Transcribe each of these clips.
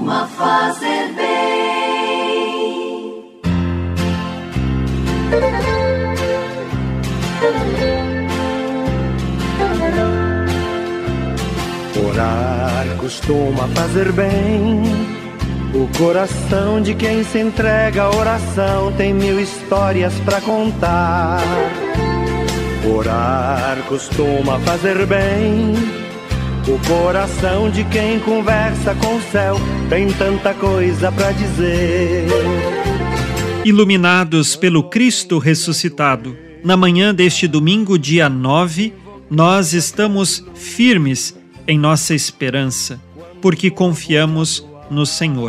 costuma fazer bem. Orar costuma fazer bem. O coração de quem se entrega à oração tem mil histórias pra contar. Orar costuma fazer bem. O coração de quem conversa com o céu tem tanta coisa pra dizer. Iluminados pelo Cristo ressuscitado, na manhã deste domingo, dia 9, nós estamos firmes em nossa esperança, porque confiamos no Senhor.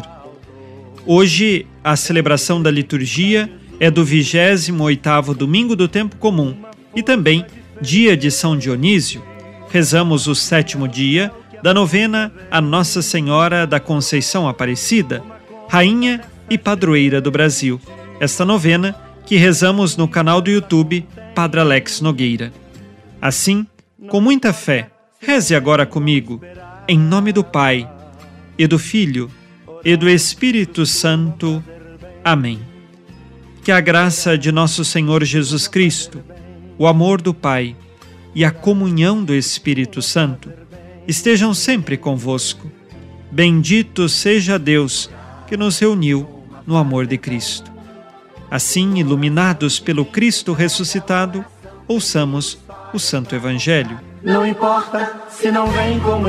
Hoje, a celebração da liturgia é do 28º domingo do tempo comum e também dia de São Dionísio. Rezamos o 7º dia da novena a Nossa Senhora da Conceição Aparecida, Rainha e Padroeira do Brasil. Esta novena que rezamos no canal do YouTube Padre Alex Nogueira. Assim, com muita fé, reze agora comigo, em nome do Pai, e do Filho, e do Espírito Santo. Amém. Que a graça de nosso Senhor Jesus Cristo, o amor do Pai e a comunhão do Espírito Santo estejam sempre convosco. Bendito seja Deus que nos reuniu no amor de Cristo. Assim, iluminados pelo Cristo ressuscitado, ouçamos o Santo Evangelho. Não importa se não vem como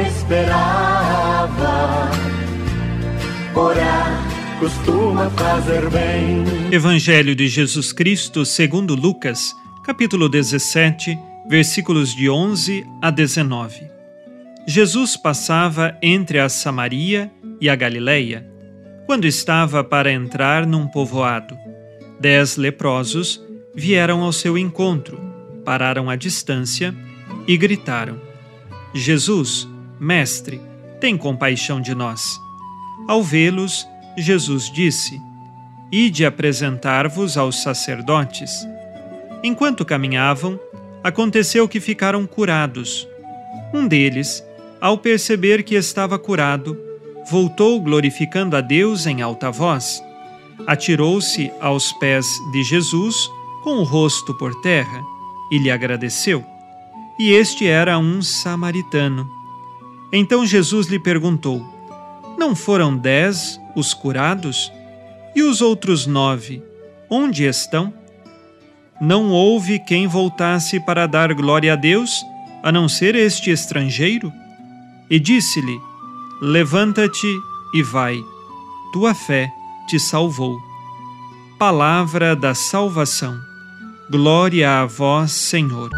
esperava, orar costuma fazer bem. Evangelho de Jesus Cristo segundo Lucas, capítulo 17, versículos de 11 a 19. Jesus passava entre a Samaria e a Galileia, quando estava para entrar num povoado. 10 leprosos vieram ao seu encontro, pararam à distância e gritaram: Jesus, Mestre, tem compaixão de nós. Ao vê-los, Jesus disse: Ide apresentar-vos aos sacerdotes. Enquanto caminhavam, aconteceu que ficaram curados. Um deles, ao perceber que estava curado, voltou glorificando a Deus em alta voz. Atirou-se aos pés de Jesus, com o rosto por terra, e lhe agradeceu. E este era um samaritano. Então Jesus lhe perguntou: Não foram 10 os curados? E os outros 9, onde estão? Não houve quem voltasse para dar glória a Deus, a não ser este estrangeiro? E disse-lhe: Levanta-te e vai, tua fé te salvou. Palavra da salvação. Glória a vós, Senhor.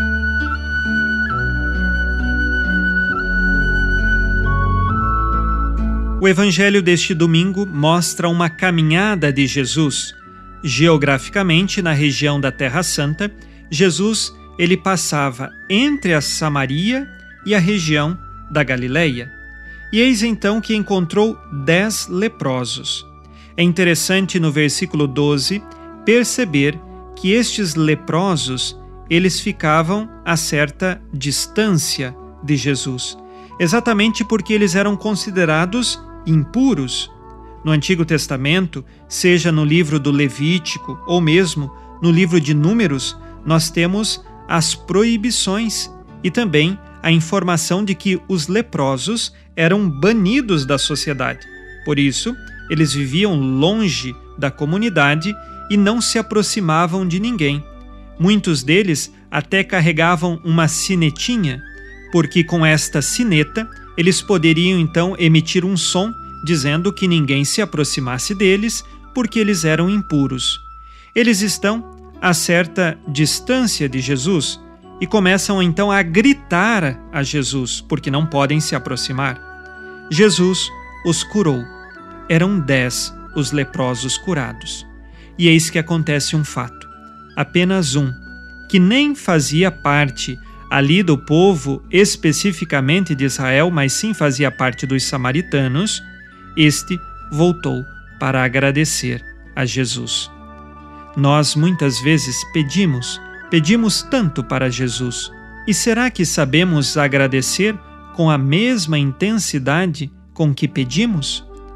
O Evangelho deste domingo mostra uma caminhada de Jesus. Geograficamente, na região da Terra Santa, Jesus ele passava entre a Samaria e a região da Galileia. E eis então que encontrou 10 leprosos. É interessante no versículo 12 perceber que estes leprosos eles ficavam a certa distância de Jesus, exatamente porque eles eram considerados impuros. No Antigo Testamento, seja no livro do Levítico ou mesmo no livro de Números, nós temos as proibições e também a informação de que os leprosos eram banidos da sociedade. Por isso, eles viviam longe da comunidade e não se aproximavam de ninguém. Muitos deles até carregavam uma sinetinha, porque com esta sineta eles poderiam então emitir um som dizendo que ninguém se aproximasse deles porque eles eram impuros. Eles estão a certa distância de Jesus e começam então a gritar a Jesus porque não podem se aproximar. Jesus os curou. Eram 10 os leprosos curados. E eis que acontece um fato. Apenas um, que nem fazia parte ali do povo especificamente de Israel, mas sim fazia parte dos samaritanos, este voltou para agradecer a Jesus. Nós muitas vezes pedimos tanto para Jesus. E será que sabemos agradecer com a mesma intensidade com que pedimos?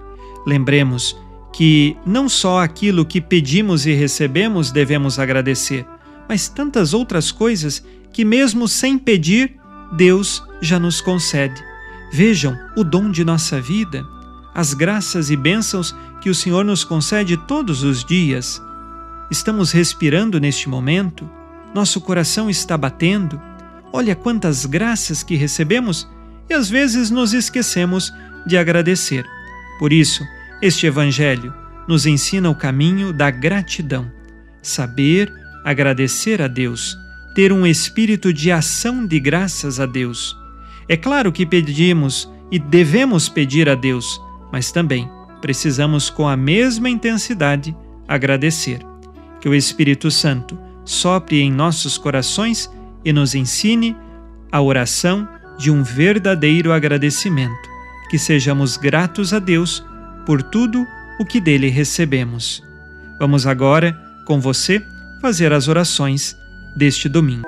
Lembremos que não só aquilo que pedimos e recebemos devemos agradecer, mas tantas outras coisas que mesmo sem pedir, Deus já nos concede. Vejam o dom de nossa vida, as graças e bênçãos que o Senhor nos concede todos os dias. Estamos respirando neste momento, nosso coração está batendo. Olha quantas graças que recebemos e às vezes nos esquecemos de agradecer. Por isso, este Evangelho nos ensina o caminho da gratidão. Saber agradecer a Deus, ter um espírito de ação de graças a Deus. É claro que pedimos e devemos pedir a Deus, mas também precisamos com a mesma intensidade agradecer. Que o Espírito Santo sopre em nossos corações e nos ensine a oração de um verdadeiro agradecimento. Que sejamos gratos a Deus por tudo o que dele recebemos. Vamos agora, com você, fazer as orações deste domingo.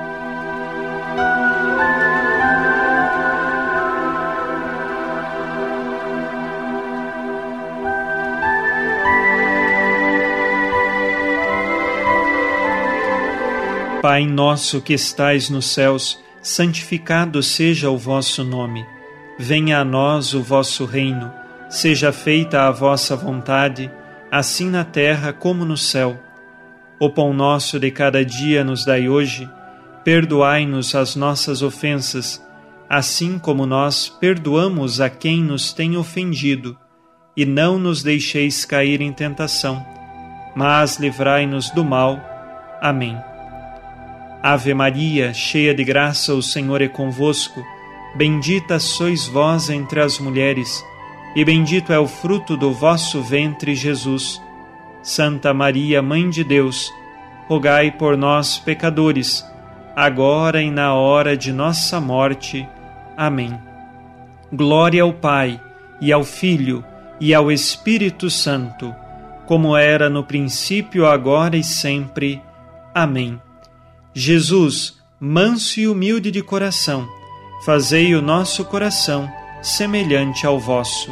Pai nosso que estais nos céus, santificado seja o vosso nome. Venha a nós o vosso reino. Seja feita a vossa vontade, assim na terra como no céu. O pão nosso de cada dia nos dai hoje. Perdoai-nos as nossas ofensas, assim como nós perdoamos a quem nos tem ofendido. E não nos deixeis cair em tentação, mas livrai-nos do mal. Amém. Ave Maria, cheia de graça, o Senhor é convosco. Bendita sois vós entre as mulheres, e bendito é o fruto do vosso ventre, Jesus. Santa Maria, Mãe de Deus, rogai por nós, pecadores, agora e na hora de nossa morte. Amém. Glória ao Pai, e ao Filho, e ao Espírito Santo, como era no princípio, agora e sempre. Amém. Jesus, manso e humilde de coração, fazei o nosso coração semelhante ao vosso.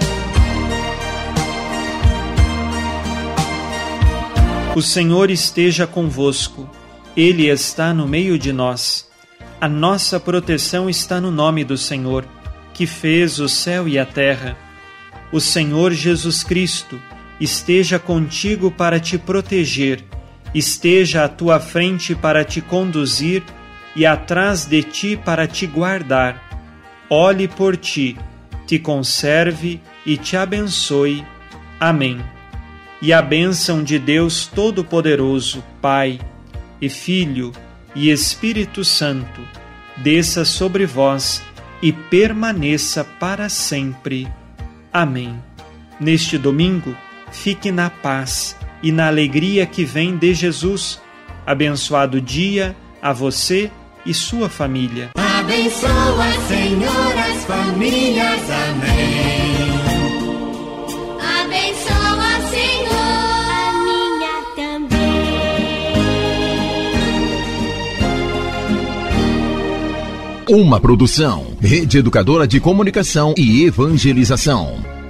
O Senhor esteja convosco, Ele está no meio de nós. A nossa proteção está no nome do Senhor, que fez o céu e a terra. O Senhor Jesus Cristo esteja contigo para te proteger, esteja à tua frente para te conduzir e atrás de ti para te guardar. Olhe por ti, te conserve e te abençoe. Amém. E a bênção de Deus Todo-Poderoso, Pai e Filho e Espírito Santo, desça sobre vós e permaneça para sempre. Amém. Neste domingo, fique na paz e na alegria que vem de Jesus. Abençoado dia a você e sua família. Abençoa, Senhor, as famílias. Amém. Abençoa, Senhor, a minha também. Uma produção, Rede Educadora de Comunicação e Evangelização.